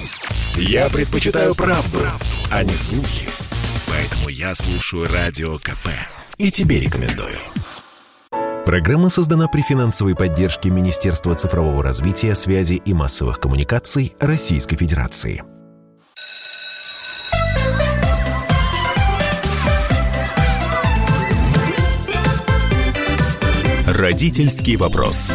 Я предпочитаю правду, а не слухи. Поэтому я слушаю Радио КП. И тебе рекомендую. Программа создана при финансовой поддержке Министерства цифрового развития, связи и массовых коммуникаций Российской Федерации. Родительский вопрос.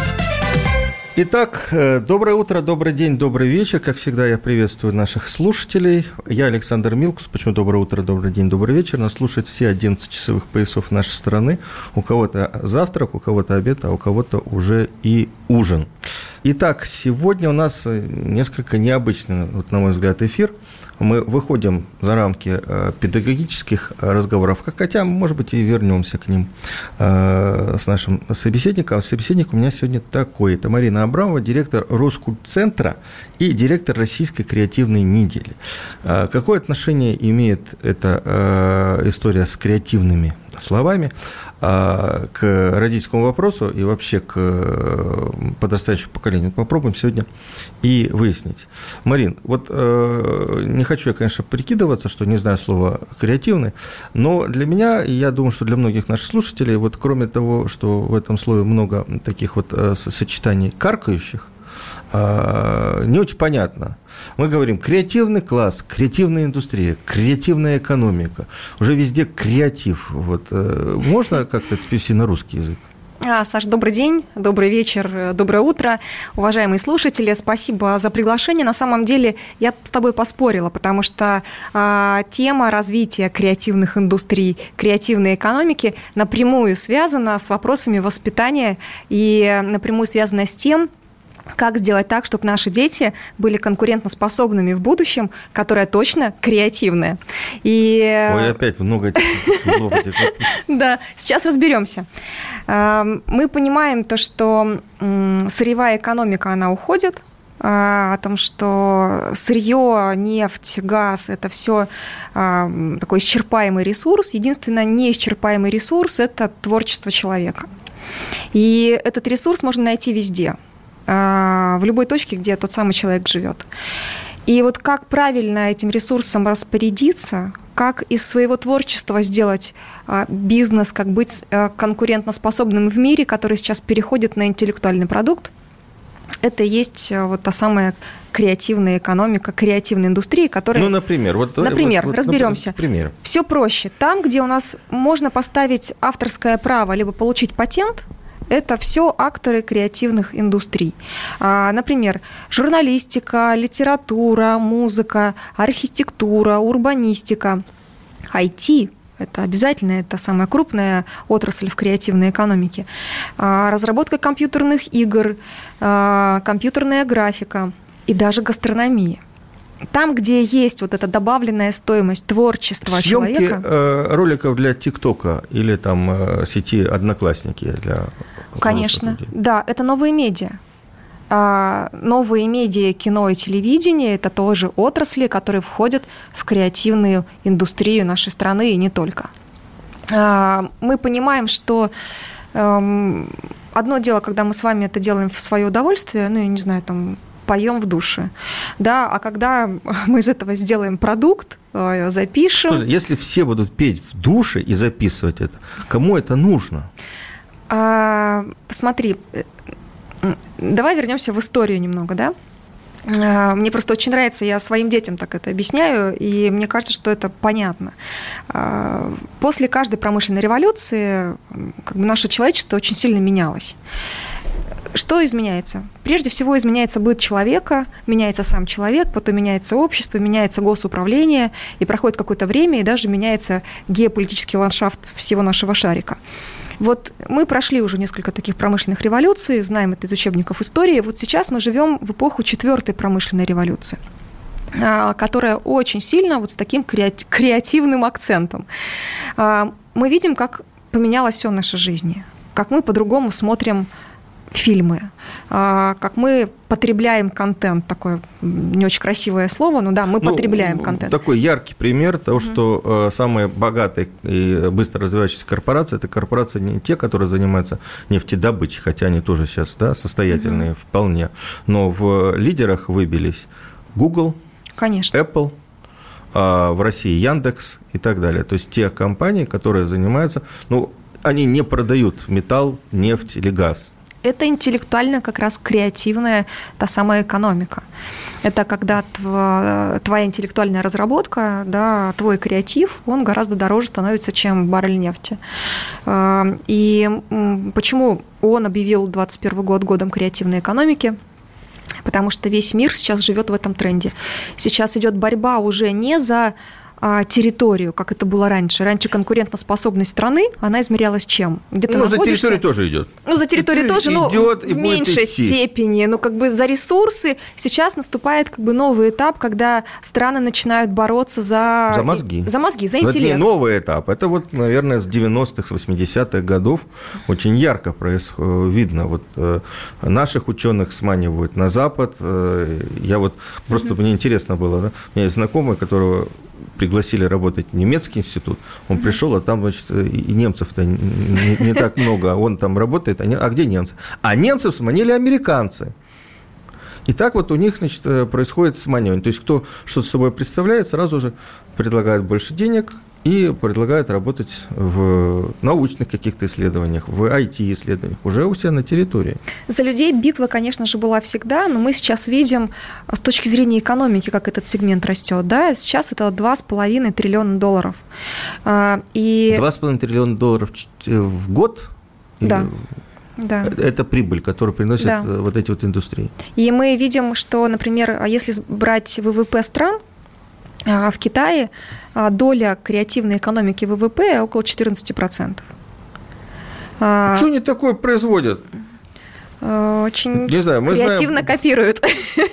Итак, доброе утро, добрый день, добрый вечер. Как всегда, я приветствую наших слушателей. Я Александр Милкус. Почему доброе утро, добрый день, добрый вечер? Нас слушают все 11 часовых поясов нашей страны. У кого-то завтрак, у кого-то обед, а у кого-то уже и ужин. Итак, сегодня у нас несколько необычный, на мой взгляд, эфир. Мы выходим за рамки педагогических разговоров, хотя, может быть, и вернемся к ним с нашим собеседником. Собеседник у меня сегодня такой. Это Марина Абрамова, директор Роскультцентра и директор Российской креативной недели. Какое отношение имеет эта история с креативными словами к родительскому вопросу и вообще к подрастающему поколению? Попробуем сегодня и выяснить. Марин, вот не хочу я, конечно, прикидываться, что не знаю слова «креативный», но для меня, и я думаю, что для многих наших слушателей, вот кроме того, что в этом слове много таких вот сочетаний каркающих, не очень понятно. Мы говорим креативный класс, креативная индустрия, креативная экономика. Уже везде креатив. Вот. Можно как-то это перевести на русский язык? Саш, добрый день, добрый вечер, доброе утро. Уважаемые слушатели, спасибо за приглашение. На самом деле я с тобой поспорила, потому что тема развития креативных индустрий, креативной экономики напрямую связана с вопросами воспитания и напрямую связана с тем, как сделать так, чтобы наши дети были конкурентоспособными в будущем, которое точно креативное. Ой, опять много этих слов. Да, сейчас разберемся. Мы понимаем то, что сырьевая экономика, она уходит, о том, что сырье, нефть, газ – это все такой исчерпаемый ресурс. Единственное неисчерпаемый ресурс – это творчество человека. И этот ресурс можно найти везде, в любой точке, где тот самый человек живет. И вот как правильно этим ресурсом распорядиться, как из своего творчества сделать бизнес, как быть конкурентоспособным в мире, который сейчас переходит на интеллектуальный продукт, это и есть вот та самая креативная экономика, креативная индустрия, которая... Например, разберемся. Все проще. Там, где у нас можно поставить авторское право, либо получить патент, это все акторы креативных индустрий. Например, журналистика, литература, музыка, архитектура, урбанистика, IT. Это обязательно, это самая крупная отрасль в креативной экономике. Разработка компьютерных игр, компьютерная графика и даже гастрономия. Там, где есть вот эта добавленная стоимость творчества человека... Съемки роликов для ТикТока или там сети Одноклассники для... Конечно, да, это новые медиа. Новые медиа, кино и телевидение – это тоже отрасли, которые входят в креативную индустрию нашей страны и не только. Мы понимаем, что одно дело, когда мы с вами это делаем в свое удовольствие, я не знаю, там, поем в душе, да, а когда мы из этого сделаем продукт, запишем... Слушай, если все будут петь в душе и записывать это, кому это нужно? Смотри, давай вернемся в историю немного, да? Мне просто очень нравится, я своим детям так это объясняю, и мне кажется, что это понятно. После каждой промышленной революции наше человечество очень сильно менялось. Что изменяется? Прежде всего изменяется быт человека, меняется сам человек, потом меняется общество, меняется госуправление, и проходит какое-то время, и даже меняется геополитический ландшафт всего нашего шарика. Вот мы прошли уже несколько таких промышленных революций, знаем это из учебников истории. Вот сейчас мы живем в эпоху 4-й промышленной революции, которая очень сильно вот с таким креативным акцентом. Мы видим, как поменялось все в нашей жизни, как мы по-другому смотрим фильмы, как мы потребляем контент, такое не очень красивое слово, но да, мы потребляем контент. Такой яркий пример того, что самые богатые и быстро развивающиеся корпорации, это корпорации не те, которые занимаются нефтедобычей, хотя они тоже сейчас состоятельные вполне, но в лидерах выбились Google, конечно. Apple, в России Яндекс и так далее. То есть те компании, которые занимаются, они не продают металл, нефть или газ. Это интеллектуально как раз креативная та самая экономика. Это когда твоя интеллектуальная разработка, да, твой креатив, он гораздо дороже становится, чем баррель нефти. И почему ООН объявил 2021 год годом креативной экономики? Потому что весь мир сейчас живет в этом тренде. Сейчас идет борьба уже не за территорию, как это было раньше. Раньше конкурентоспособность страны, она измерялась чем? Где ты находишься? За территорию тоже идет. За территорию тоже, но в меньшей степени. За ресурсы. Сейчас наступает новый этап, когда страны начинают бороться за мозги, за интеллект. Это не новый этап. Это наверное, с 90-х, с 80-х годов очень ярко видно. Наших ученых сманивают на Запад. Просто мне интересно было, да? У меня есть знакомый, которого пригласили работать в немецкий институт, он пришел, а там, и немцев-то не так много, он там работает, а где немцы? А немцев сманили американцы. И так у них, происходит сманивание. То есть, кто что-то собой представляет, сразу же предлагает больше денег и предлагает работать в научных каких-то исследованиях, в IT-исследованиях, уже у себя на территории. За людей битва, конечно же, была всегда, но мы сейчас видим с точки зрения экономики, как этот сегмент растет. Да? Сейчас это $2,5 триллиона. 2,5 триллиона долларов в год? Да. Да. Это прибыль, которую приносят эти индустрии. И мы видим, что, например, если брать ВВП стран, в Китае доля креативной экономики ВВП около 14%. Что они такое производят? Очень мы креативно копируют.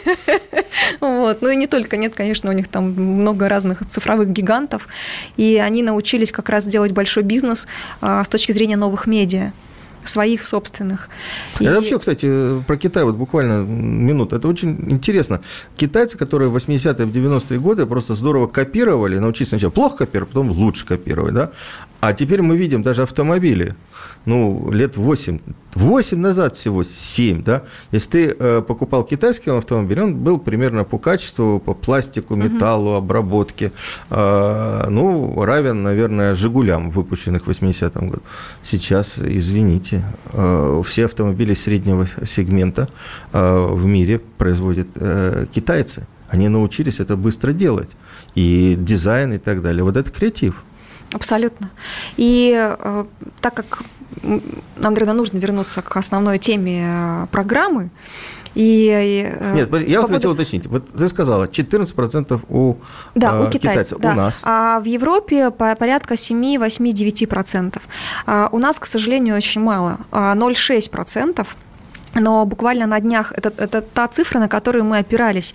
И не только, нет, конечно, у них там много разных цифровых гигантов, и они научились как раз делать большой бизнес с точки зрения новых медиа, своих собственных. Это вообще, кстати, про Китай буквально минуту. Это очень интересно. Китайцы, которые в 80-е, в 90-е годы просто здорово копировали, научились сначала плохо копировать, потом лучше копировать, да? А теперь мы видим даже автомобили. Лет 8 назад всего, 7, да? Если ты покупал китайский автомобиль, он был примерно по качеству, по пластику, металлу, обработке, равен, наверное, «Жигулям», выпущенных в 80-м году. Сейчас, извините, все автомобили среднего сегмента в мире производят китайцы. Они научились это быстро делать. И дизайн, и так далее. Это креатив. Абсолютно. И так как нам, наверное, нужно вернуться к основной теме программы. Нет, я хотел уточнить. Ты сказала, 14% у китайцев. Да. У нас. А в Европе порядка 7, 8, 9%. У нас, к сожалению, очень мало. 0,6%. Но буквально на днях, это та цифра, на которую мы опирались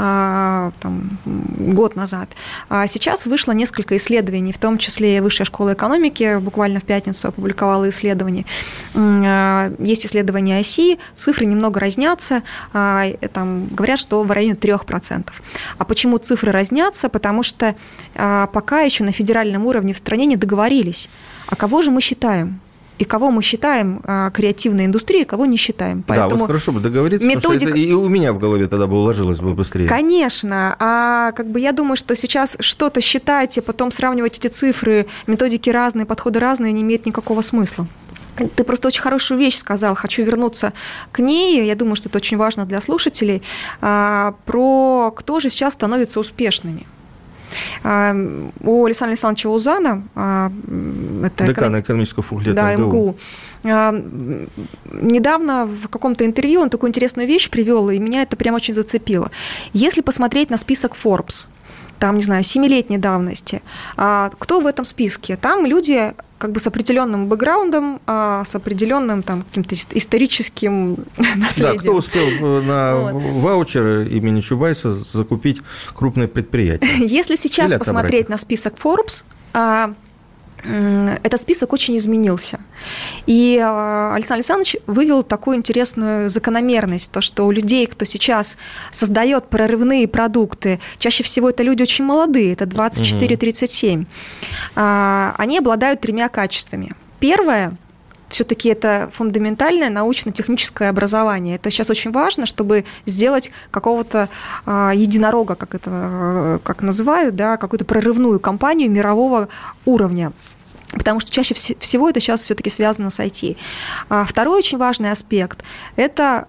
год назад. Сейчас вышло несколько исследований, в том числе и Высшая школа экономики буквально в пятницу опубликовала исследование. Есть исследования ОСИ, цифры немного разнятся, говорят, что в районе 3%. А почему цифры разнятся? Потому что пока еще на федеральном уровне в стране не договорились. А кого же мы считаем? И кого мы считаем креативной индустрией, кого не считаем. Поэтому хорошо бы договориться, потому что это и у меня в голове тогда бы уложилось бы быстрее. Конечно. Я думаю, что сейчас что-то считать и потом сравнивать эти цифры, методики разные, подходы разные, не имеет никакого смысла. Ты просто очень хорошую вещь сказал, хочу вернуться к ней, я думаю, что это очень важно для слушателей, про кто же сейчас становится успешными. У Александра Александровича Узана, это декана экономического факультета МГУ, недавно в каком-то интервью он такую интересную вещь привел, и меня это прям очень зацепило. Если посмотреть на список Forbes, там, не знаю, 7-летней давности, кто в этом списке? Там люди с определенным бэкграундом, с определенным каким-то историческим наследием. Да, кто успел на ваучеры имени Чубайса закупить крупное предприятие. Если сейчас посмотреть на список Forbes, этот список очень изменился. И Александр Александрович вывел такую интересную закономерность, то, что у людей, кто сейчас создает прорывные продукты, чаще всего это люди очень молодые, это 24-37, они обладают 3 качествами. Первое – все-таки это фундаментальное научно-техническое образование. Это сейчас очень важно, чтобы сделать какого-то единорога, как называют, да, какую-то прорывную компанию мирового уровня. Потому что чаще всего это сейчас все-таки связано с IT. Второй очень важный аспект – это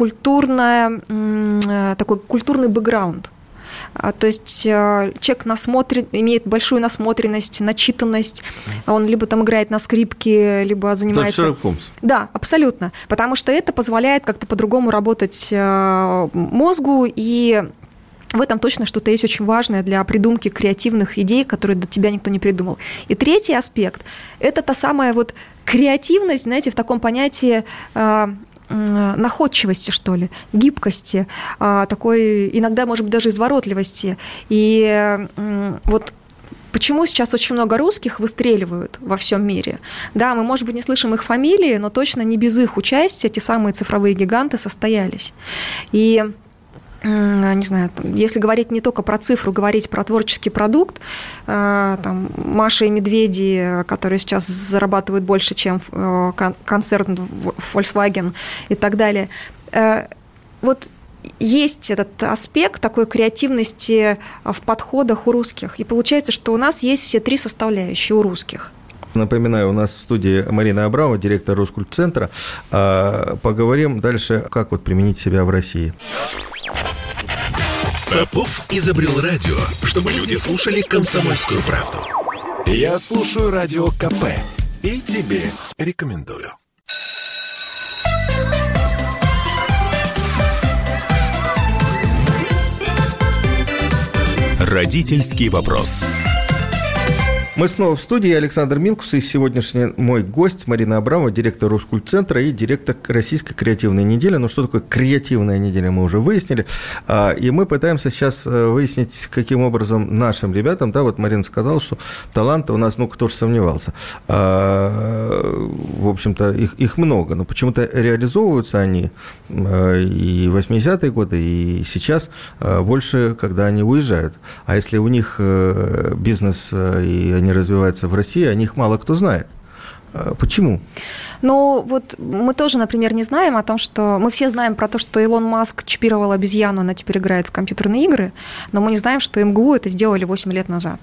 такой культурный бэкграунд. То есть человек имеет большую насмотренность, начитанность, он либо там играет на скрипке, либо занимается... Шерлок Холмс. Да, абсолютно, потому что это позволяет как-то по-другому работать мозгу, и в этом точно что-то есть очень важное для придумки креативных идей, которые до тебя никто не придумал. И третий аспект – это та самая вот креативность, знаете, в таком понятии находчивости, что ли, гибкости, такой иногда, может быть, даже изворотливости. И вот почему сейчас очень много русских выстреливают во всем мире? Да, мы, может быть, не слышим их фамилии, но точно не без их участия эти самые цифровые гиганты состоялись. И не знаю, если говорить не только про цифру, говорить про творческий продукт, там, Маша и Медведи, которые сейчас зарабатывают больше, чем концерн Volkswagen и так далее. Вот есть этот аспект такой креативности в подходах у русских. И получается, что у нас есть все три составляющие у русских. Напоминаю, у нас в студии Марина Абрамова, директор Роскультцентра. Поговорим дальше, как вот применить себя в России. Попов изобрел радио, чтобы люди слушали «Комсомольскую правду». Я слушаю Радио КП и тебе рекомендую. Родительский вопрос. Мы снова в студии. Александр Милкус и сегодняшний мой гость Марина Абрамова, директор Роскультцентра и директор Российской креативной недели. Ну, что такое креативная неделя, мы уже выяснили. И мы пытаемся сейчас выяснить, каким образом нашим ребятам, да, вот Марина сказала, что таланты у нас, ну, кто же сомневался. В общем-то, их много, но почему-то реализовываются они и в 80-е годы, и сейчас больше, когда они уезжают. А если у них бизнес и они развиваются в России, о них мало кто знает. Почему? Ну, вот мы тоже, например, не знаем о том, что... Мы все знаем про то, что Илон Маск чипировал обезьяну, она теперь играет в компьютерные игры, но мы не знаем, что МГУ это сделали 8 лет назад.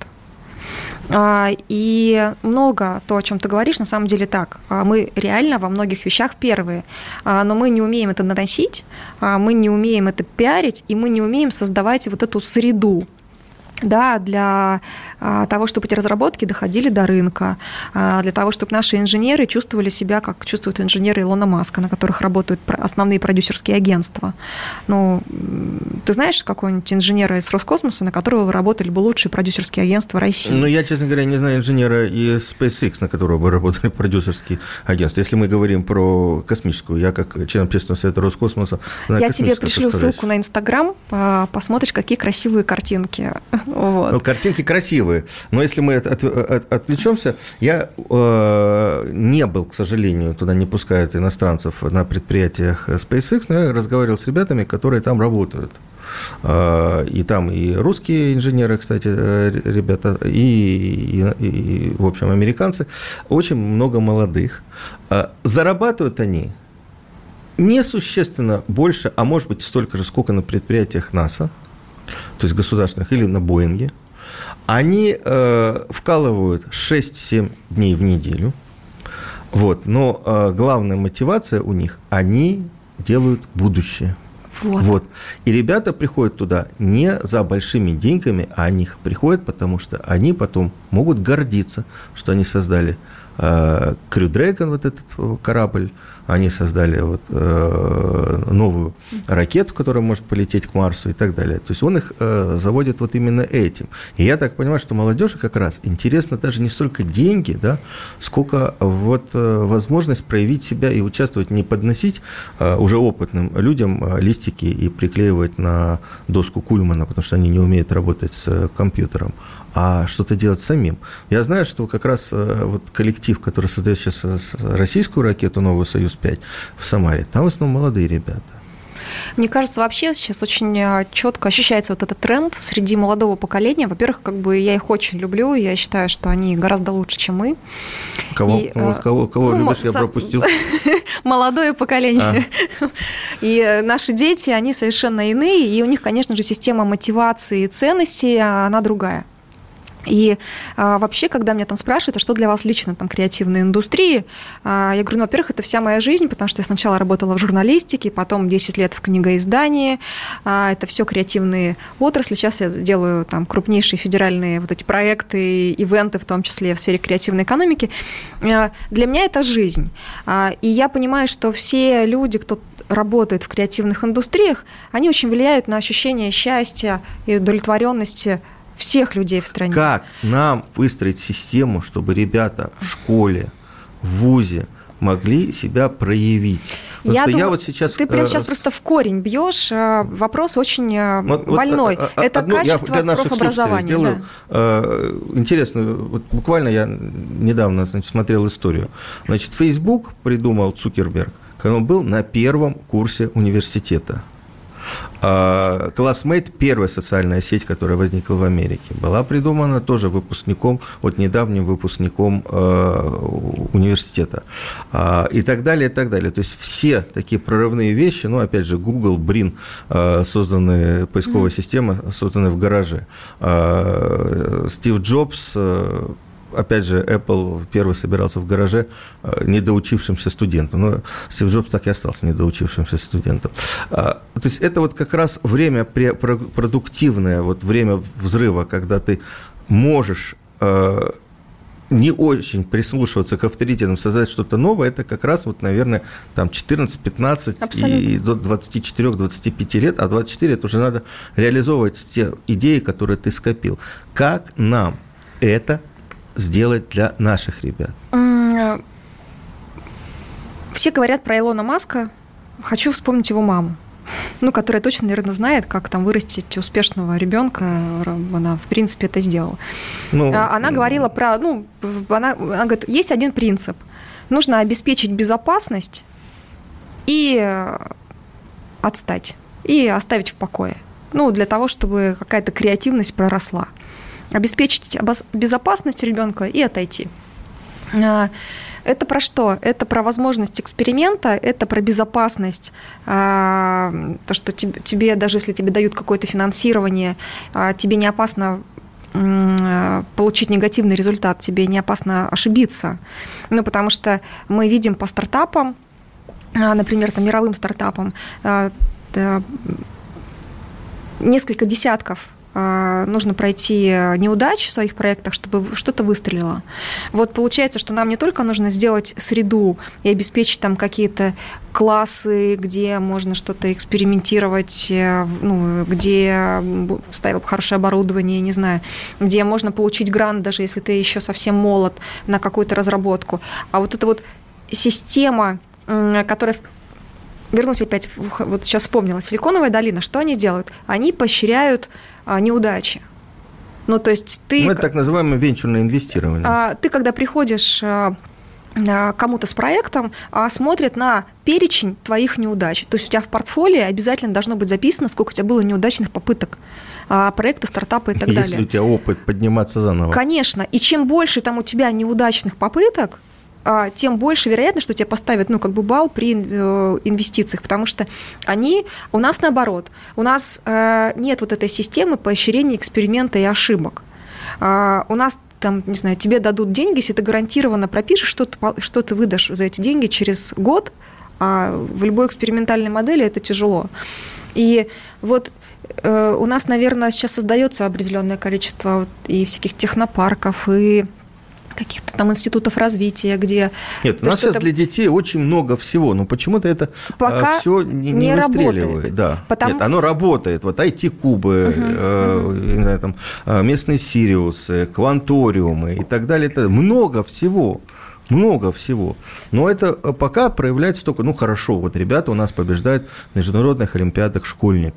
И много то, о чем ты говоришь, на самом деле так. Мы реально во многих вещах первые, но мы не умеем это наносить, мы не умеем это пиарить, и мы не умеем создавать вот эту среду, да, для того, чтобы эти разработки доходили до рынка, для того, чтобы наши инженеры чувствовали себя, как чувствуют инженеры Илона Маска, на которых работают основные продюсерские агентства. Ну, ты знаешь какого-нибудь инженера из Роскосмоса, на которого работали бы лучшие продюсерские агентства России? Ну, я, честно говоря, не знаю инженера из SpaceX, на которого бы работали продюсерские агентства. Если мы говорим про космическую, я как член общественного совета Роскосмоса знаю. Я тебе пришлю ссылку на Инстаграм, посмотришь, какие красивые картинки. Вот. Ну, картинки красивые, но если мы отвлечемся, я не был, к сожалению, туда не пускают иностранцев на предприятиях SpaceX, но я разговаривал с ребятами, которые там работают. И там и русские инженеры, кстати, ребята, и в общем, американцы, очень много молодых. Зарабатывают они несущественно больше, а может быть столько же, сколько на предприятиях НАСА, то есть государственных, или на Боинге. Они вкалывают 6-7 дней в неделю. Вот. Но главная мотивация у них – они делают будущее. Вот. И ребята приходят туда не за большими деньгами, а они приходят, потому что они потом могут гордиться, что они создали Crew Dragon, вот этот корабль, они создали вот новую ракету, которая может полететь к Марсу и так далее. То есть он их заводит вот именно этим. И я так понимаю, что молодежи как раз интересно даже не столько деньги, да, сколько вот возможность проявить себя и участвовать, не подносить уже опытным людям листики и приклеивать на доску Кульмана, потому что они не умеют работать с компьютером, а что-то делать самим. Я знаю, что как раз вот коллектив, который создает сейчас российскую ракету, новую «Союз-5» в Самаре, там в основном молодые ребята. Мне кажется, вообще сейчас очень четко ощущается вот этот тренд среди молодого поколения. Во-первых, как бы я их очень люблю, я считаю, что они гораздо лучше, чем мы. Кого любишь, я пропустил? Молодое поколение. И наши дети, они совершенно иные, и у них, конечно же, система мотивации и ценностей, она другая. И вообще, когда меня там спрашивают, а что для вас лично там креативная индустрия, я говорю, ну, во-первых, это вся моя жизнь, потому что я сначала работала в журналистике, потом 10 лет в книгоиздании, это все креативные отрасли. Сейчас я делаю там крупнейшие федеральные вот эти проекты, ивенты, в том числе в сфере креативной экономики. Для меня это жизнь. И я понимаю, что все люди, кто работает в креативных индустриях, они очень влияют на ощущение счастья и удовлетворенности всех людей в стране. Как нам выстроить систему, чтобы ребята в школе, в вузе могли себя проявить? Я думаю, ты прямо сейчас просто в корень бьешь. Вопрос очень больной. Это качество профобразования. Интересно, вот буквально я недавно, смотрел историю. Facebook придумал Цукерберг, когда он был на первом курсе университета. Classmate, первая социальная сеть, которая возникла в Америке, была придумана тоже недавним выпускником университета. И так далее, и так далее. То есть все такие прорывные вещи, опять же, Google, Brin, поисковая система, созданная в гараже. Стив Джобс, опять же, Apple первый собирался в гараже недоучившимся студентом. Но Стив Джобс так и остался недоучившимся студентом. То есть это вот как раз время продуктивное, вот время взрыва, когда ты можешь не очень прислушиваться к авторитетам, создать что-то новое, это как раз, наверное, там 14-15 и до 24-25 лет, а 24 это уже надо реализовывать те идеи, которые ты скопил. Как нам это сделать для наших ребят? Все говорят про Илона Маска. Хочу вспомнить его маму, которая точно, наверное, знает, как там вырастить успешного ребенка. Она, в принципе, это сделала. Она говорила про... Она говорит, есть один принцип. Нужно обеспечить безопасность и отстать, и оставить в покое. Для того, чтобы какая-то креативность проросла. Обеспечить безопасность ребенка и отойти. Это про что? Это про возможность эксперимента, это про безопасность. То, что тебе, даже если тебе дают какое-то финансирование, тебе не опасно получить негативный результат, тебе не опасно ошибиться. Потому что мы видим по стартапам, например, мировым стартапам, несколько десятков нужно пройти неудач в своих проектах, чтобы что-то выстрелило. Вот получается, что нам не только нужно сделать среду и обеспечить там какие-то классы, где можно что-то экспериментировать, где ставил хорошее оборудование, не знаю, где можно получить грант, даже если ты еще совсем молод, на какую-то разработку. А вот эта вот система, которая... Вернусь опять, вот сейчас вспомнила, Силиконовая долина, что они делают? Они поощряют неудачи. То есть ты... это так называемое венчурное инвестирование. Ты, когда приходишь кому-то с проектом, смотрят на перечень твоих неудач. То есть у тебя в портфолио обязательно должно быть записано, сколько у тебя было неудачных попыток проекта, стартапа и так далее. Если у тебя опыт подниматься заново. Конечно. И чем больше там у тебя неудачных попыток, тем больше вероятность, что тебе поставят балл при инвестициях, потому что у нас наоборот, у нас нет вот этой системы поощрения эксперимента и ошибок. У нас не знаю, тебе дадут деньги, если ты гарантированно пропишешь, что ты выдашь за эти деньги через год, а в любой экспериментальной модели это тяжело. И вот у нас, наверное, сейчас создается определенное количество и всяких технопарков, и каких-то там институтов развития, где... Нет, у нас сейчас для детей очень много всего, но почему-то это все не выстреливает. Да. Нет, оно работает. Вот IT-кубы, местные Сириусы, кванториумы и так далее. Это много всего. Много всего. Но это пока проявляется только, хорошо, вот ребята у нас побеждают в международных олимпиадах школьников.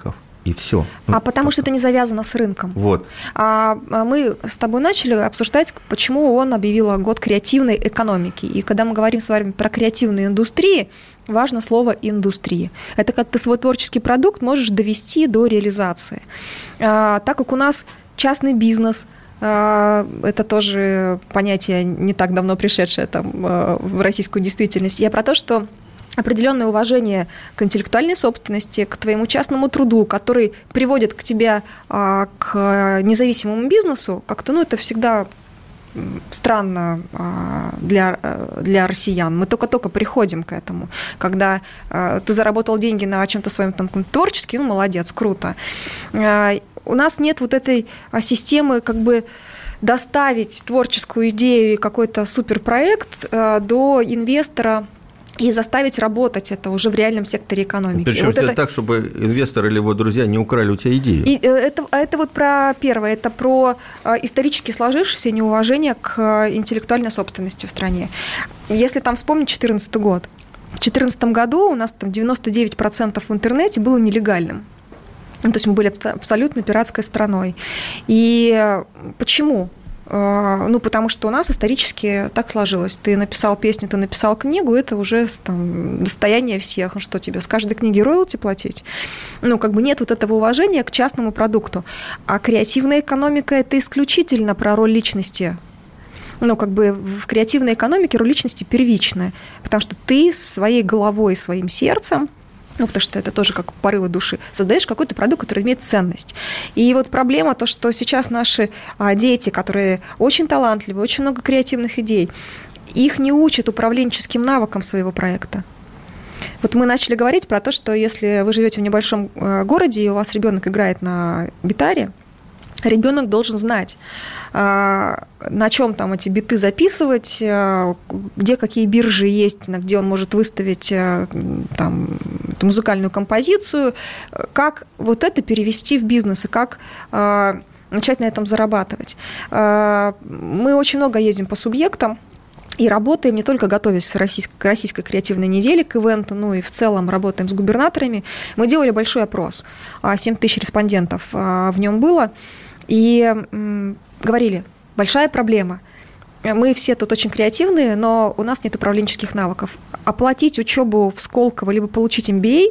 и все. Потому что это не завязано с рынком. Вот. Мы с тобой начали обсуждать, почему ООН объявила год креативной экономики. И когда мы говорим с вами про креативные индустрии, важно слово «индустрия». Это как ты свой творческий продукт можешь довести до реализации. Так как у нас частный бизнес, это тоже понятие не так давно пришедшее там, в российскую действительность. Я про то, что определенное уважение к интеллектуальной собственности, к твоему частному труду, который приводит к тебе к независимому бизнесу, как-то, это всегда странно для россиян. Мы только-только приходим к этому. Когда ты заработал деньги на чем-то своем там, творческом, молодец, круто. У нас нет вот этой системы как бы доставить творческую идею и какой-то суперпроект до инвестора и заставить работать это уже в реальном секторе экономики. Причем вот это так, чтобы инвестор или его друзья не украли у тебя идею. И это вот про первое, это про исторически сложившееся неуважение к интеллектуальной собственности в стране. Если там вспомнить 2014 год, в 2014 году у нас там 99% в интернете было нелегальным. То есть мы были абсолютно пиратской страной. И почему? Потому что у нас исторически так сложилось. Ты написал песню, ты написал книгу, это уже там достояние всех. Что тебе, с каждой книги роялти платить? Нет вот этого уважения к частному продукту. А креативная экономика – это исключительно про роль личности. В креативной экономике роль личности первичная. Потому что ты своей головой, своим сердцем, потому что это тоже как порывы души, создаешь какой-то продукт, который имеет ценность. И вот проблема то, что сейчас наши дети, которые очень талантливые, очень много креативных идей, их не учат управленческим навыкам своего проекта. Вот мы начали говорить про то, что если вы живете в небольшом городе, и у вас ребенок играет на гитаре, ребенок должен знать, на чем там эти биты записывать, где какие биржи есть, где он может выставить там, эту музыкальную композицию, как вот это перевести в бизнес и как начать на этом зарабатывать. Мы очень много ездим по субъектам и работаем, не только готовясь к российской креативной неделе, к ивенту, и в целом работаем с губернаторами. Мы делали большой опрос, 7 тысяч респондентов в нем было, и говорили, большая проблема. Мы все тут очень креативные, но у нас нет управленческих навыков. Оплатить учебу в Сколково либо получить MBA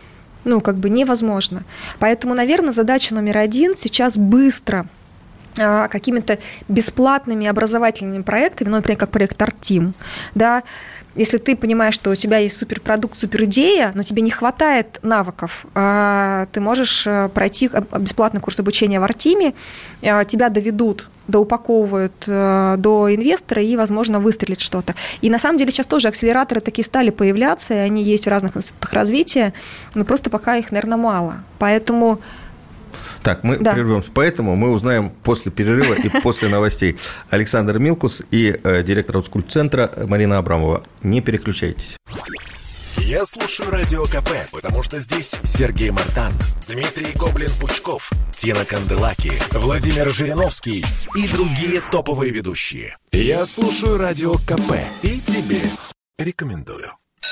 невозможно. Поэтому, наверное, задача номер 1 сейчас быстро какими-то бесплатными образовательными проектами, например, как проект ArtTeam, да, если ты понимаешь, что у тебя есть суперпродукт, суперидея, но тебе не хватает навыков, ты можешь пройти бесплатный курс обучения в ArtTeam, тебя доведут, доупаковывают до инвестора и, возможно, выстрелит что-то. И на самом деле сейчас тоже акселераторы такие стали появляться, и они есть в разных институтах развития, но просто пока их, наверное, мало. Поэтому... Так, мы прервемся. Поэтому мы узнаем после перерыва и после новостей. Александр Милкус и директор Роскультцентра Марина Абрамова. Не переключайтесь. Я слушаю Радио КП, потому что здесь Сергей Мартан, Дмитрий Гоблин-Пучков, Тина Канделаки, Владимир Жириновский и другие топовые ведущие. Я слушаю Радио КП и тебе рекомендую.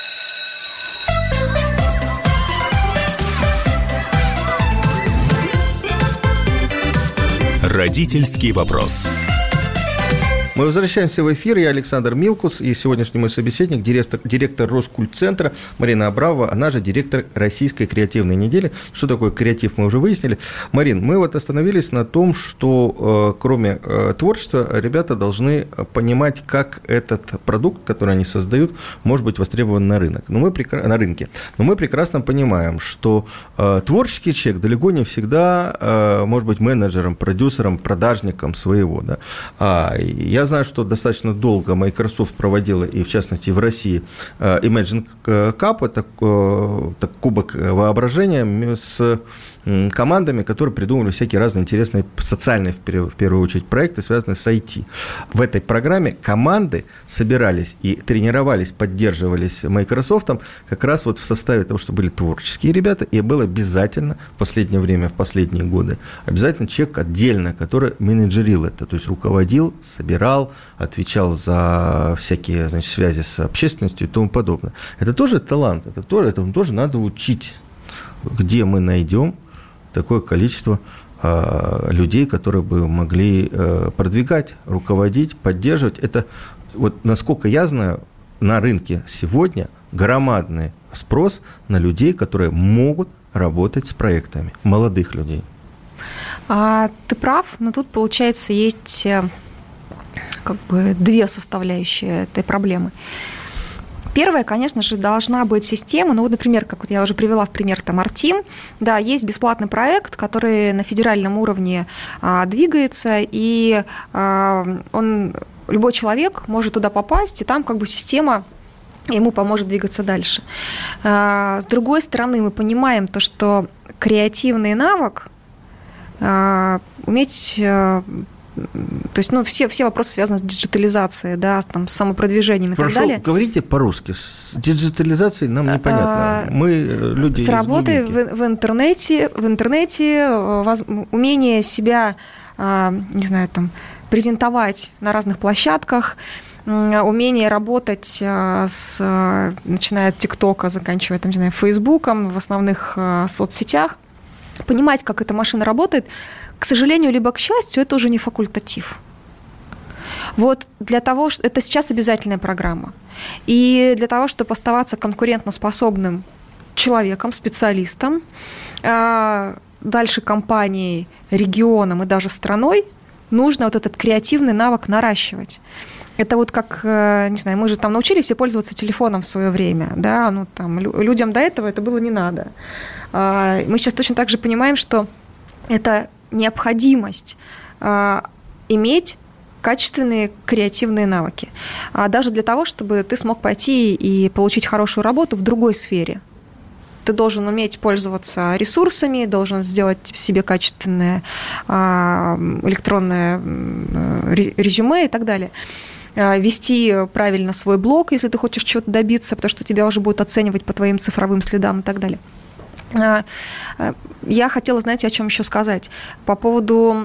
Родительский вопрос. Мы возвращаемся в эфир. Я Александр Милкус и сегодняшний мой собеседник, директор Роскультцентра Марина Абрамова, она же директор Российской креативной недели. Что такое креатив, мы уже выяснили. Марин, мы вот остановились на том, что кроме творчества ребята должны понимать, как этот продукт, который они создают, может быть востребован на рынке. Но мы прекрасно понимаем, что творческий человек далеко не всегда может быть менеджером, продюсером, продажником своего. Да? Я знаю, что достаточно долго Microsoft проводила, и в частности в России, Imagine Cup, это кубок воображения с командами, которые придумывали всякие разные интересные социальные, в первую очередь, проекты, связанные с IT. В этой программе команды собирались и тренировались, поддерживались Microsoft как раз вот в составе того, что были творческие ребята, и был обязательно в последнее время, в последние годы, обязательно человек отдельно, который менеджерил это, то есть руководил, собирал, отвечал за всякие, связи с общественностью и тому подобное. Это тоже талант, этому тоже надо учить. Где мы найдем такое количество людей, которые бы могли продвигать, руководить, поддерживать. Это, вот, насколько я знаю, на рынке сегодня громадный спрос на людей, которые могут работать с проектами, молодых людей. Ты прав, но тут, получается, есть как бы две составляющие этой проблемы. Первое, конечно же, должна быть система, ну вот, например, как вот я уже привела в пример там Артим, да, есть бесплатный проект, который на федеральном уровне двигается, и любой человек может туда попасть, и там как бы система ему поможет двигаться дальше. С другой стороны, мы понимаем то, что креативный навык, уметь... То есть, ну, все вопросы связаны с диджитализацией, да, там, с самопродвижением и так далее. Говорите по-русски. С диджитализацией нам непонятно. Мы люди с работой в интернете, умение себя, не знаю, там, презентовать на разных площадках, умение работать начиная от ТикТока, заканчивая, там, не знаю, Фейсбуком, в основных соцсетях, понимать, как эта машина работает. К сожалению, либо к счастью, это уже не факультатив. Вот для того, что это сейчас обязательная программа. И для того, чтобы оставаться конкурентоспособным человеком, специалистом, дальше компанией, регионом и даже страной, нужно вот этот креативный навык наращивать. Это вот как, не знаю, мы же там научились все пользоваться телефоном в свое время, да, ну там людям до этого это было не надо. Мы сейчас точно так же понимаем, что это необходимость иметь качественные креативные навыки. Даже для того, чтобы ты смог пойти и получить хорошую работу в другой сфере. Ты должен уметь пользоваться ресурсами, должен сделать себе качественное электронное резюме и так далее. Вести правильно свой блог, если ты хочешь чего-то добиться, потому что тебя уже будут оценивать по твоим цифровым следам и так далее. Я хотела, знаете, о чем еще сказать. По поводу...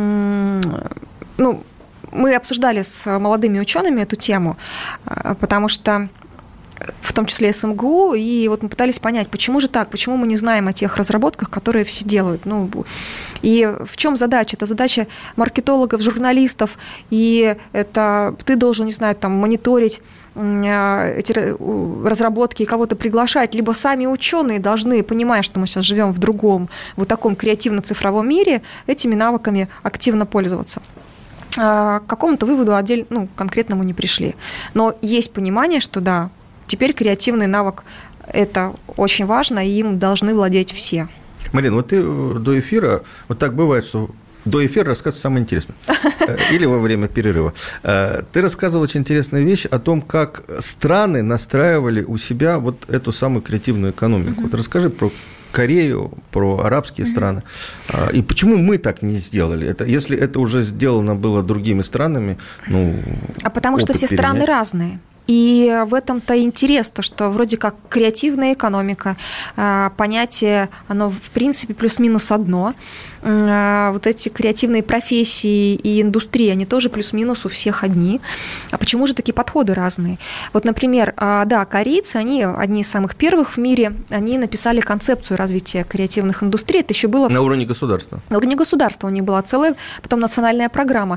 Ну, мы обсуждали с молодыми учеными эту тему, потому что в том числе СМГУ, и вот мы пытались понять, почему же так, почему мы не знаем о тех разработках, которые все делают. Ну, и в чем задача? Это задача маркетологов, журналистов, и это ты должен, не знаю, там, мониторить эти разработки и кого-то приглашать, либо сами ученые должны, понимая, что мы сейчас живем в другом, вот таком креативно-цифровом мире, этими навыками активно пользоваться. К какому-то выводу конкретному не пришли. Но есть понимание, что да, теперь креативный навык – это очень важно, и им должны владеть все. Марина, вот ты до эфира, вот так бывает, что до эфира рассказывать самое интересное. Или во время перерыва. Ты рассказывал очень интересную вещь о том, как страны настраивали у себя вот эту самую креативную экономику. Вот расскажи про Корею, про арабские страны. И почему мы так не сделали? Это, если это уже сделано было другими странами, потому что все страны разные. И в этом-то интерес, то, что вроде как креативная экономика, понятие, оно в принципе плюс-минус одно. Вот эти креативные профессии и индустрии, они тоже плюс-минус у всех одни. А почему же такие подходы разные? Вот, например, да, корейцы, они одни из самых первых в мире, они написали концепцию развития креативных индустрий. Это еще было... На уровне государства. На уровне государства у них была целая, потом национальная программа.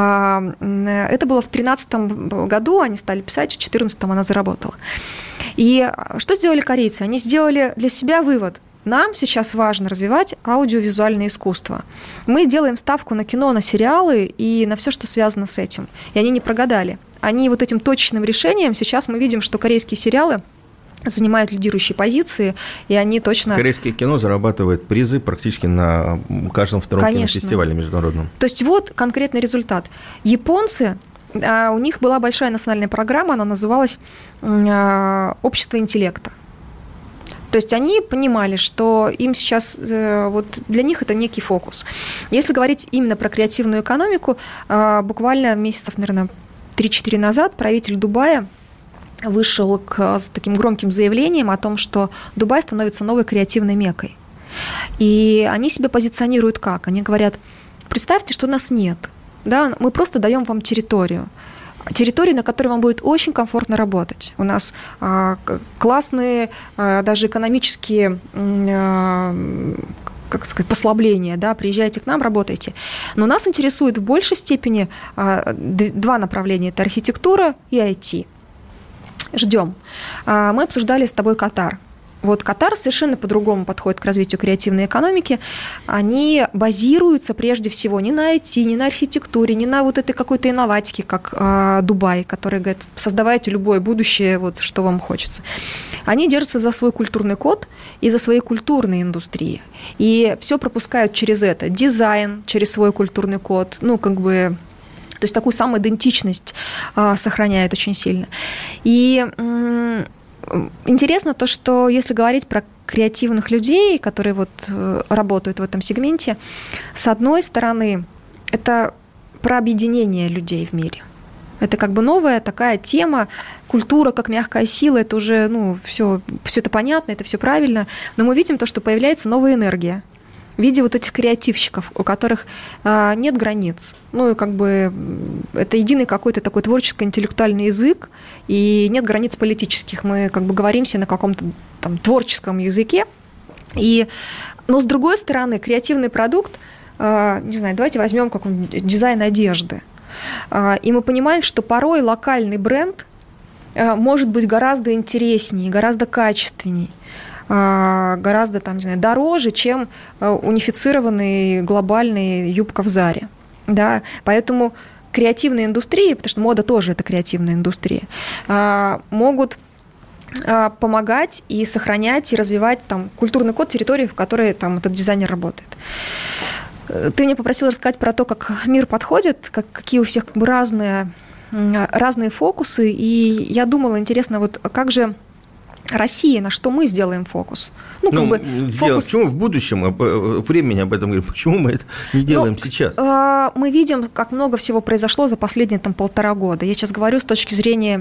Это было в 2013 году, они стали писать, в 2014 она заработала. И что сделали корейцы? Они сделали для себя вывод. Нам сейчас важно развивать аудиовизуальное искусство. Мы делаем ставку на кино, на сериалы и на все, что связано с этим. И они не прогадали. Они вот этим точечным решением, сейчас мы видим, что корейские сериалы занимают лидирующие позиции, и они точно... Корейское кино зарабатывает призы практически на каждом втором кинофестивале международном. То есть вот конкретный результат. Японцы, у них была большая национальная программа, она называлась «Общество интеллекта». То есть они понимали, что им сейчас, вот для них это некий фокус. Если говорить именно про креативную экономику, буквально месяцев, наверное, 3-4 назад правитель Дубая вышел с таким громким заявлением о том, что Дубай становится новой креативной меккой. И они себя позиционируют как? Они говорят, представьте, что нас нет. Да? Мы просто даем вам территорию, на которой вам будет очень комфортно работать. У нас классные даже экономические как сказать, послабление, да, приезжайте к нам, работайте. Но нас интересует в большей степени два направления – это архитектура и IT. Ждем. Мы обсуждали с тобой Катар. Вот Катар совершенно по-другому подходит к развитию креативной экономики. Они базируются прежде всего не на IT, не на архитектуре, не на вот этой какой-то инноватике, как Дубай, который говорит, создавайте любое будущее, вот, что вам хочется. Они держатся за свой культурный код и за свои культурные индустрии. И все пропускают через это. Дизайн через свой культурный код, ну, как бы... То есть такую самоидентичность сохраняет очень сильно. И интересно то, что если говорить про креативных людей, которые вот работают в этом сегменте, с одной стороны, это про объединение людей в мире. Это как бы новая такая тема, культура как мягкая сила, это уже, ну, все это понятно, это все правильно, но мы видим то, что появляется новая энергия в виде вот этих креативщиков, у которых нет границ. Ну, и как бы это единый какой-то такой творческо-интеллектуальный язык, и нет границ политических. Мы как бы говоримся на каком-то там творческом языке. Но, с другой стороны, креативный продукт, не знаю, давайте возьмем какой-нибудь дизайн одежды. И мы понимаем, что порой локальный бренд может быть гораздо интереснее, гораздо качественнее, гораздо там, не знаю, дороже, чем унифицированный глобальный юбка в Заре. Да? Поэтому креативные индустрии, потому что мода тоже это креативная индустрия, могут помогать и сохранять, и развивать там культурный код территории, в которой там этот дизайнер работает. Ты меня попросила рассказать про то, как мир подходит, какие у всех как бы разные фокусы, и я думала, интересно, вот как же Россия, на что мы сделаем фокус? Фокус... Почему в будущем, времени об этом говорим, почему мы это не делаем сейчас? Мы видим, как много всего произошло за последние 1,5 года. Я сейчас говорю с точки зрения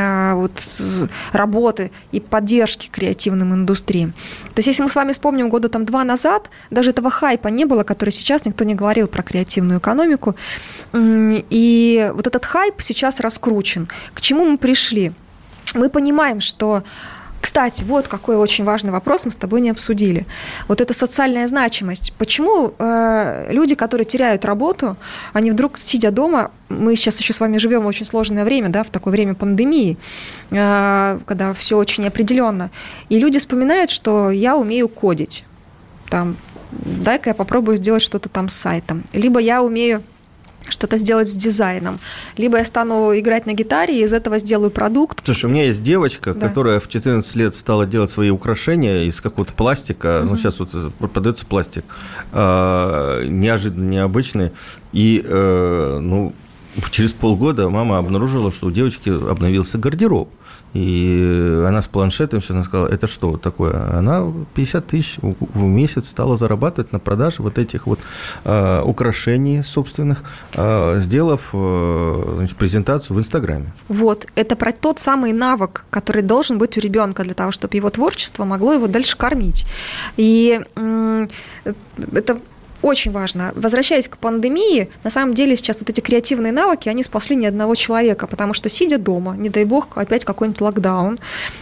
работы и поддержки креативным индустриям. То есть, если мы с вами вспомним года 2 назад, даже этого хайпа не было, который сейчас никто не говорил про креативную экономику. И вот этот хайп сейчас раскручен. К чему мы пришли? Мы понимаем, что... Кстати, вот какой очень важный вопрос мы с тобой не обсудили. Вот эта социальная значимость. Почему люди, которые теряют работу, они вдруг, сидя дома, мы сейчас еще с вами живем в очень сложное время, да, в такое время пандемии, когда все очень неопределенно, и люди вспоминают, что я умею кодить, там, дай-ка я попробую сделать что-то там с сайтом, либо я умею что-то сделать с дизайном. Либо я стану играть на гитаре и из этого сделаю продукт. Слушай, у меня есть девочка, которая в 14 лет стала делать свои украшения из какого-то пластика. Ну, сейчас вот продается пластик. Неожиданно, необычный. И, через полгода мама обнаружила, что у девочки обновился гардероб. И она с планшетом все, она сказала, это что такое? Она 50 тысяч в месяц стала зарабатывать на продаже вот этих вот украшений собственных, сделав презентацию в Инстаграме. Вот, это про тот самый навык, который должен быть у ребенка для того, чтобы его творчество могло его дальше кормить. И это... Очень важно. Возвращаясь к пандемии, на самом деле сейчас вот эти креативные навыки, они спасли ни одного человека, потому что, сидя дома, не дай бог, опять какой-нибудь локдаун,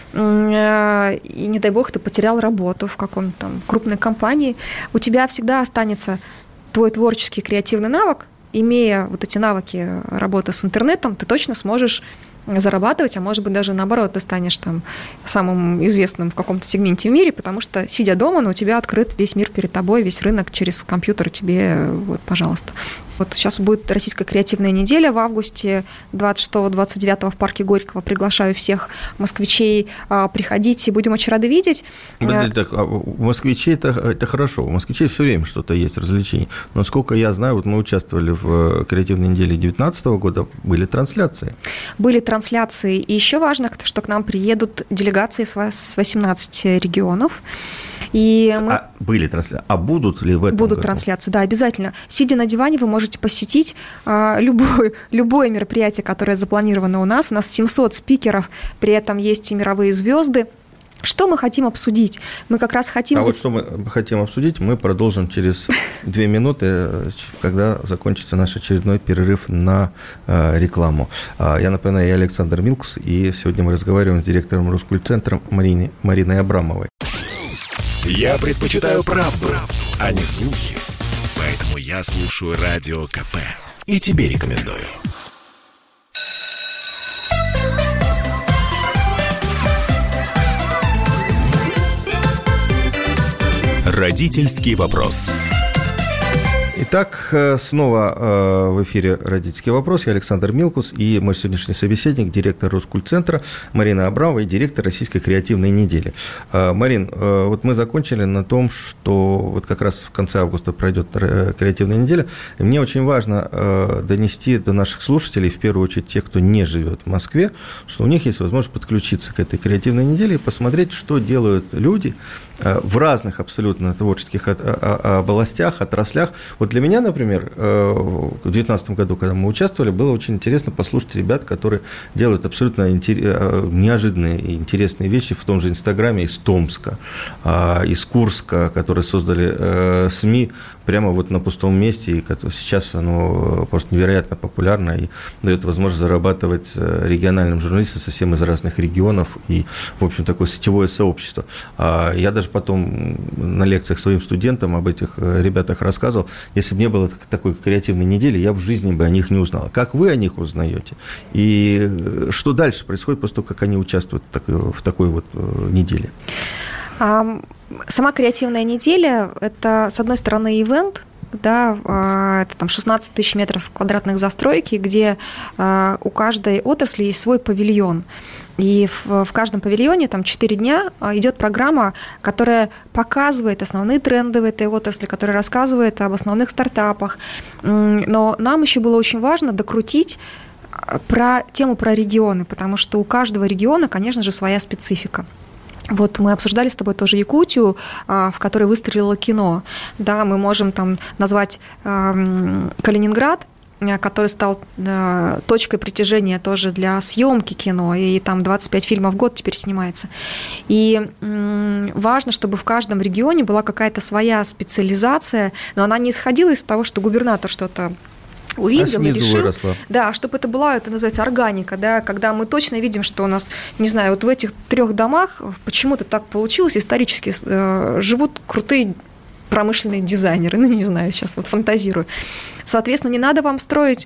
и не дай бог, ты потерял работу в каком-то там крупной компании, у тебя всегда останется твой творческий креативный навык. Имея вот эти навыки работы с интернетом, ты точно сможешь зарабатывать, а может быть даже наоборот, ты станешь там самым известным в каком-то сегменте в мире, потому что, сидя дома, у тебя открыт весь мир перед тобой, весь рынок через компьютер тебе, вот, пожалуйста. Вот сейчас будет Российская креативная неделя в августе 26-29 в парке Горького. Приглашаю всех москвичей приходить, и будем очень рады видеть. У москвичей это хорошо. У москвичей все время что-то есть, развлечения. Но, насколько я знаю, вот мы участвовали в креативной неделе 2019 года, были трансляции. Были трансляции. И еще важно, что к нам приедут делегации с 18 регионов. И были трансляции. А будут ли в этом Будут году? Трансляции, да, обязательно. Сидя на диване, вы можете посетить любое мероприятие, которое запланировано у нас. У нас 700 спикеров, при этом есть и мировые звезды. Что мы хотим обсудить? Мы как раз хотим... вот что мы хотим обсудить, мы продолжим через 2 минуты, когда закончится наш очередной перерыв на рекламу. Я напоминаю, я Александр Милкус, и сегодня мы разговариваем с директором Роскультцентра Мариной Абрамовой. Я предпочитаю правду, а не слухи. Поэтому я слушаю Радио КП и тебе рекомендую. Родительский вопрос. Итак, снова в эфире «Родительский вопрос». Я Александр Милкус и мой сегодняшний собеседник, директор Роскультцентра Марина Абрамова и директор Российской креативной недели. Марин, вот мы закончили на том, что вот как раз в конце августа пройдет креативная неделя. И мне очень важно донести до наших слушателей, в первую очередь тех, кто не живет в Москве, что у них есть возможность подключиться к этой креативной неделе и посмотреть, что делают люди в разных абсолютно творческих областях, отраслях. Вот для меня, например, в 2019 году, когда мы участвовали, было очень интересно послушать ребят, которые делают абсолютно неожиданные и интересные вещи в том же Инстаграме из Томска, из Курска, которые создали СМИ прямо вот на пустом месте, и сейчас оно просто невероятно популярно и дает возможность зарабатывать региональным журналистам совсем из разных регионов и, в общем, такое сетевое сообщество. Я даже потом на лекциях своим студентам об этих ребятах рассказывал. Если бы не было такой креативной недели, я в жизни бы о них не узнал. Как вы о них узнаете? И что дальше происходит после того, как они участвуют в такой вот неделе? Сама креативная неделя – это, с одной стороны, ивент, да, это там 16 тысяч метров квадратных застройки, где у каждой отрасли есть свой павильон. И в каждом павильоне там 4 дня идет программа, которая показывает основные тренды в этой отрасли, которая рассказывает об основных стартапах. Но нам еще было очень важно докрутить тему про регионы, потому что у каждого региона, конечно же, своя специфика. Вот мы обсуждали с тобой тоже Якутию, в которой выстрелило кино. Да, мы можем там назвать Калининград, который стал точкой притяжения тоже для съемки кино, и там 25 фильмов в год теперь снимается. И важно, чтобы в каждом регионе была какая-то своя специализация, но она не исходила из того, что губернатор что-то увидел и решил, выросла. Да, чтобы это была, это называется органика, да, когда мы точно видим, что у нас, не знаю, вот в этих 3 домах почему-то так получилось, исторически живут крутые промышленные дизайнеры, ну, не знаю, сейчас вот фантазирую. Соответственно, не надо вам строить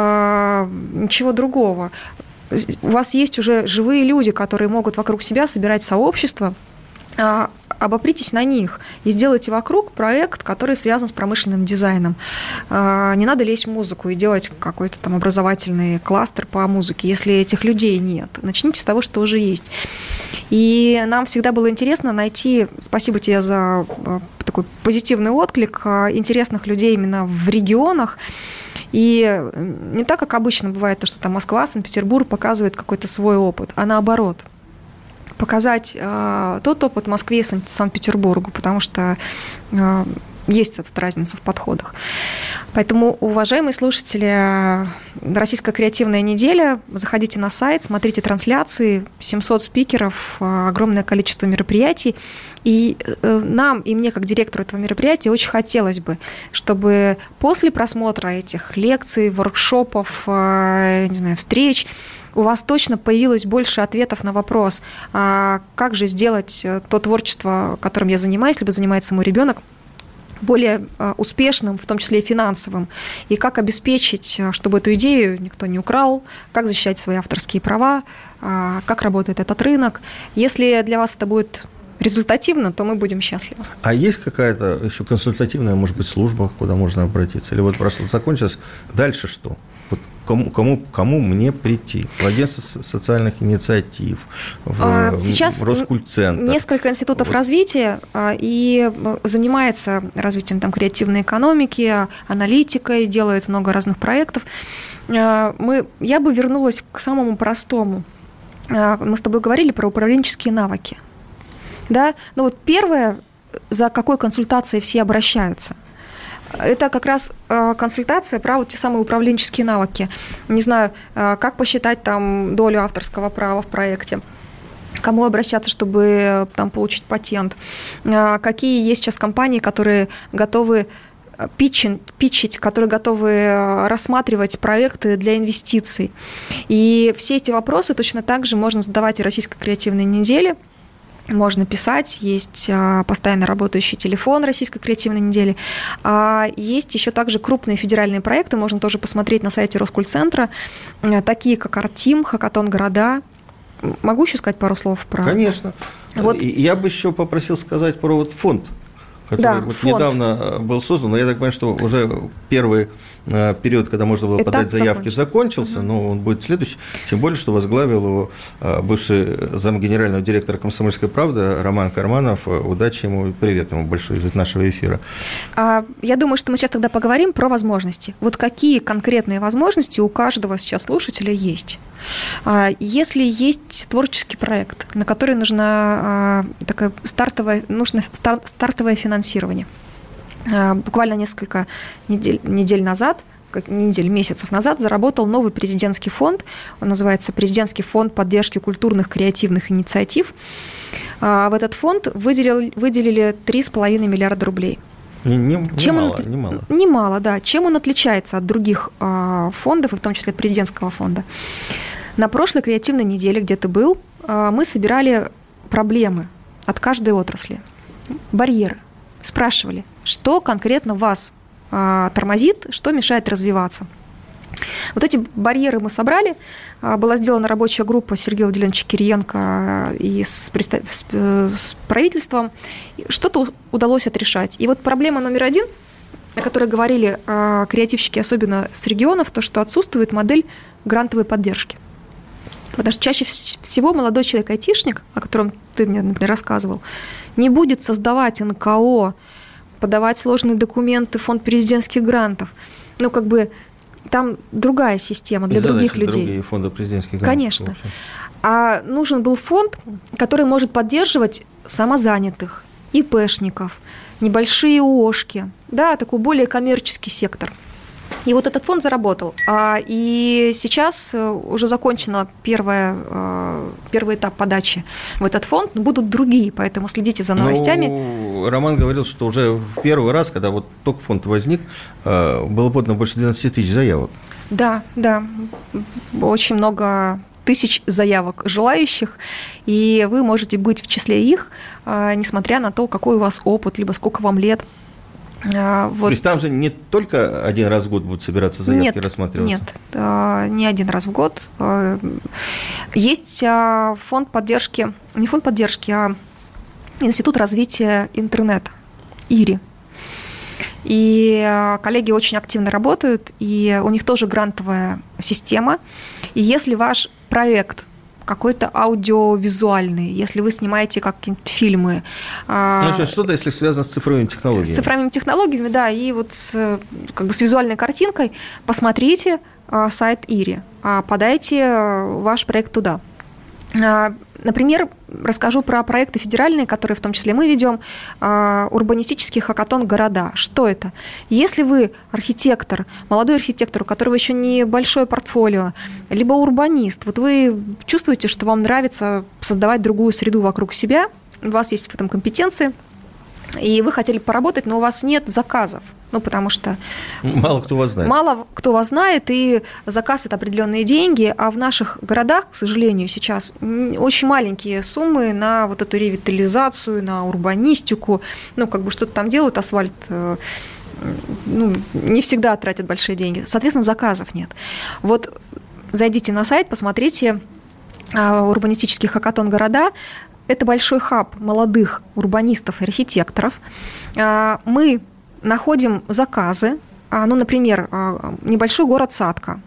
ничего другого. У вас есть уже живые люди, которые могут вокруг себя собирать сообщество, обопритесь на них и сделайте вокруг проект, который связан с промышленным дизайном. Не надо лезть в музыку и делать какой-то там образовательный кластер по музыке, если этих людей нет. Начните с того, что уже есть. И нам всегда было интересно найти, спасибо тебе за такой позитивный отклик, интересных людей именно в регионах. И не так, как обычно бывает, то, что там Москва, Санкт-Петербург показывает какой-то свой опыт, а наоборот. Показать тот опыт Москве и Санкт-Петербургу, потому что есть эта разница в подходах. Поэтому, уважаемые слушатели, Российская креативная неделя, заходите на сайт, смотрите трансляции, 700 спикеров, огромное количество мероприятий. И нам, и мне, как директору этого мероприятия, очень хотелось бы, чтобы после просмотра этих лекций, воркшопов, не знаю, встреч, у вас точно появилось больше ответов на вопрос, как же сделать то творчество, которым я занимаюсь, либо занимается мой ребенок, более успешным, в том числе и финансовым, и как обеспечить, чтобы эту идею никто не украл, как защищать свои авторские права, как работает этот рынок. Если для вас это будет результативно, то мы будем счастливы. А есть какая-то еще консультативная, может быть, служба, куда можно обратиться? Или вот просто закончилось, дальше что? Вот кому мне прийти? В агентство социальных инициатив, в сейчас Роскультцентр. Несколько институтов развития и занимается развитием там креативной экономики, аналитикой, делает много разных проектов. Я бы вернулась к самому простому. Мы с тобой говорили про управленческие навыки. Да? Ну вот первое, за какой консультацией все обращаются, это как раз консультация про вот те самые управленческие навыки. Не знаю, как посчитать там долю авторского права в проекте, кому обращаться, чтобы там получить патент, какие есть сейчас компании, которые готовы питчить, которые готовы рассматривать проекты для инвестиций. И все эти вопросы точно так же можно задавать и Российской креативной неделе. можно писать, есть постоянно работающий телефон Российской креативной недели. Есть еще также крупные федеральные проекты, можно тоже посмотреть на сайте Роскультцентра, такие как «Артим», «Хакатон города». Могу еще сказать пару слов про... Конечно. Вот. Я бы еще попросил сказать про вот фонд, который недавно был создан, но я так понимаю, что уже первый период, когда можно было подать заявки, закончился, но он будет следующий, тем более, что возглавил его бывший замгенерального директора «Комсомольской правды» Роман Карманов. Удачи ему, привет ему большой из нашего эфира. Я думаю, что мы сейчас тогда поговорим про возможности. Вот какие конкретные возможности у каждого сейчас слушателя есть? Если есть творческий проект, на который нужно стартовое финансирование, буквально несколько месяцев назад заработал новый президентский фонд. Он называется «Президентский фонд поддержки культурных креативных инициатив». В этот фонд выделили 3,5 миллиарда рублей. Немало, да. Чем он отличается от других фондов, и в том числе от президентского фонда? На прошлой креативной неделе, где ты был, мы собирали проблемы от каждой отрасли, барьеры. Спрашивали, что конкретно вас тормозит, что мешает развиваться. Вот эти барьеры мы собрали. Была сделана рабочая группа Сергея Владимировича Кириенко и с правительством. Что-то удалось отрешать. И вот проблема номер один, о которой говорили креативщики, особенно с регионов, то, что отсутствует модель грантовой поддержки. Потому что чаще всего молодой человек-айтишник, о котором ты мне, например, рассказывал, не будет создавать НКО, подавать сложные документы в фонд президентских грантов. Там другая система для других людей. Другие фонды президентских грантов. Конечно. А нужен был фонд, который может поддерживать самозанятых, ИПшников, небольшие ООшки, такой более коммерческий сектор. И вот этот фонд заработал. И сейчас уже закончен первый этап подачи в этот фонд. Будут другие, поэтому следите за новостями. Роман говорил, что уже в первый раз, когда вот только фонд возник, было подано больше 12 тысяч заявок. Да. Очень много тысяч заявок желающих, и вы можете быть в числе их, несмотря на то, какой у вас опыт, либо сколько вам лет. То есть там же не только один раз в год будут собираться заявки и рассматриваться? Нет, не один раз в год. Есть фонд поддержки, не фонд поддержки, а Институт развития интернета, ИРИ. И коллеги очень активно работают, и у них тоже грантовая система. И если ваш проект какой-то аудиовизуальный, если вы снимаете какие-нибудь фильмы. Что-то, если связано с цифровыми технологиями. С цифровыми технологиями, да, и вот с визуальной картинкой посмотрите сайт ИРИ, подайте ваш проект туда. Например, расскажу про проекты федеральные, которые в том числе мы ведем, урбанистический хакатон города. Что это? Если вы архитектор, молодой архитектор, у которого еще не большое портфолио, либо урбанист, вот вы чувствуете, что вам нравится создавать другую среду вокруг себя, у вас есть в этом компетенции, и вы хотели поработать, но у вас нет заказов. Потому что мало кто вас знает, и заказ – это определенные деньги, а в наших городах, к сожалению, сейчас очень маленькие суммы на вот эту ревитализацию, на урбанистику, что-то там делают, асфальт, не всегда тратят большие деньги, соответственно, заказов нет. Вот зайдите на сайт, посмотрите урбанистический хакатон города. Это большой хаб молодых урбанистов и архитекторов. Мы находим заказы, например, небольшой город Сатка,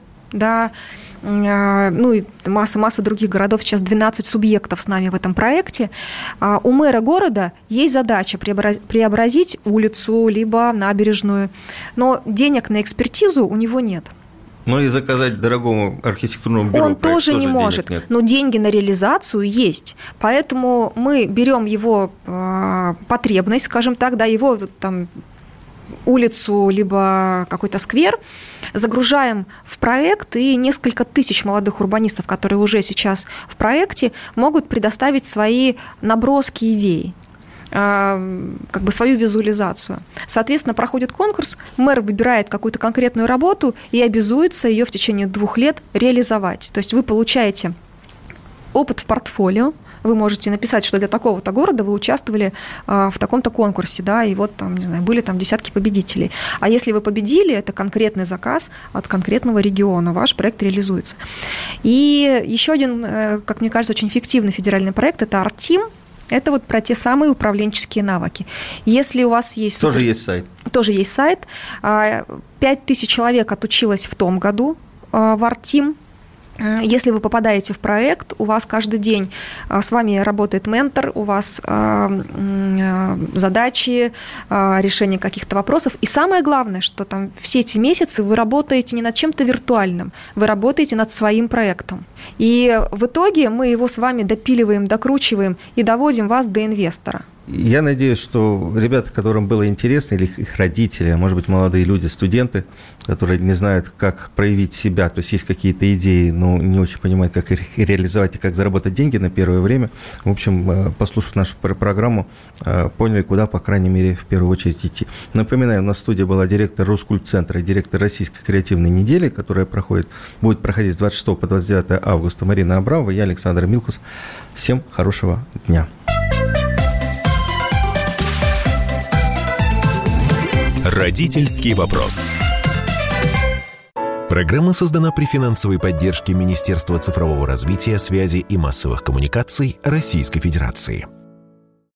и масса других городов, сейчас 12 субъектов с нами в этом проекте. У мэра города есть задача преобразить улицу, либо набережную, но денег на экспертизу у него нет. И заказать дорогому архитектурному бюро он тоже не может, но деньги на реализацию есть. Поэтому мы берем его потребность, скажем так, его улицу, либо какой-то сквер, загружаем в проект, и несколько тысяч молодых урбанистов, которые уже сейчас в проекте, могут предоставить свои наброски идей, свою визуализацию. Соответственно, проходит конкурс, мэр выбирает какую-то конкретную работу и обязуется ее в течение 2 лет реализовать. То есть вы получаете опыт в портфолио, вы можете написать, что для такого-то города вы участвовали в таком-то конкурсе, да, и вот там, не знаю, были там десятки победителей. А если вы победили, это конкретный заказ от конкретного региона, ваш проект реализуется. И еще один, как мне кажется, очень эффективный федеральный проект – это ArtTeam. Это вот про те самые управленческие навыки. Если у вас есть... Тоже есть сайт. Тоже есть сайт. 5000 человек отучилось в том году в ArtTeam. Если вы попадаете в проект, у вас каждый день с вами работает ментор, у вас задачи, решение каких-то вопросов. И самое главное, что там все эти месяцы вы работаете не над чем-то виртуальным, вы работаете над своим проектом. И в итоге мы его с вами допиливаем, докручиваем и доводим вас до инвестора. Я надеюсь, что ребята, которым было интересно, или их родители, а может быть, молодые люди, студенты, которые не знают, как проявить себя, то есть есть какие-то идеи, но не очень понимают, как их реализовать и как заработать деньги на первое время, в общем, послушав нашу программу, поняли, куда, по крайней мере, в первую очередь идти. Напоминаю, у нас в студии была директор Роскультцентра и директор Российской креативной недели, которая будет проходить с 26 по 29 августа, Марина Абрамова, я Александр Милкус. Всем хорошего дня. Родительский вопрос. Программа создана при финансовой поддержке Министерства цифрового развития, связи и массовых коммуникаций Российской Федерации.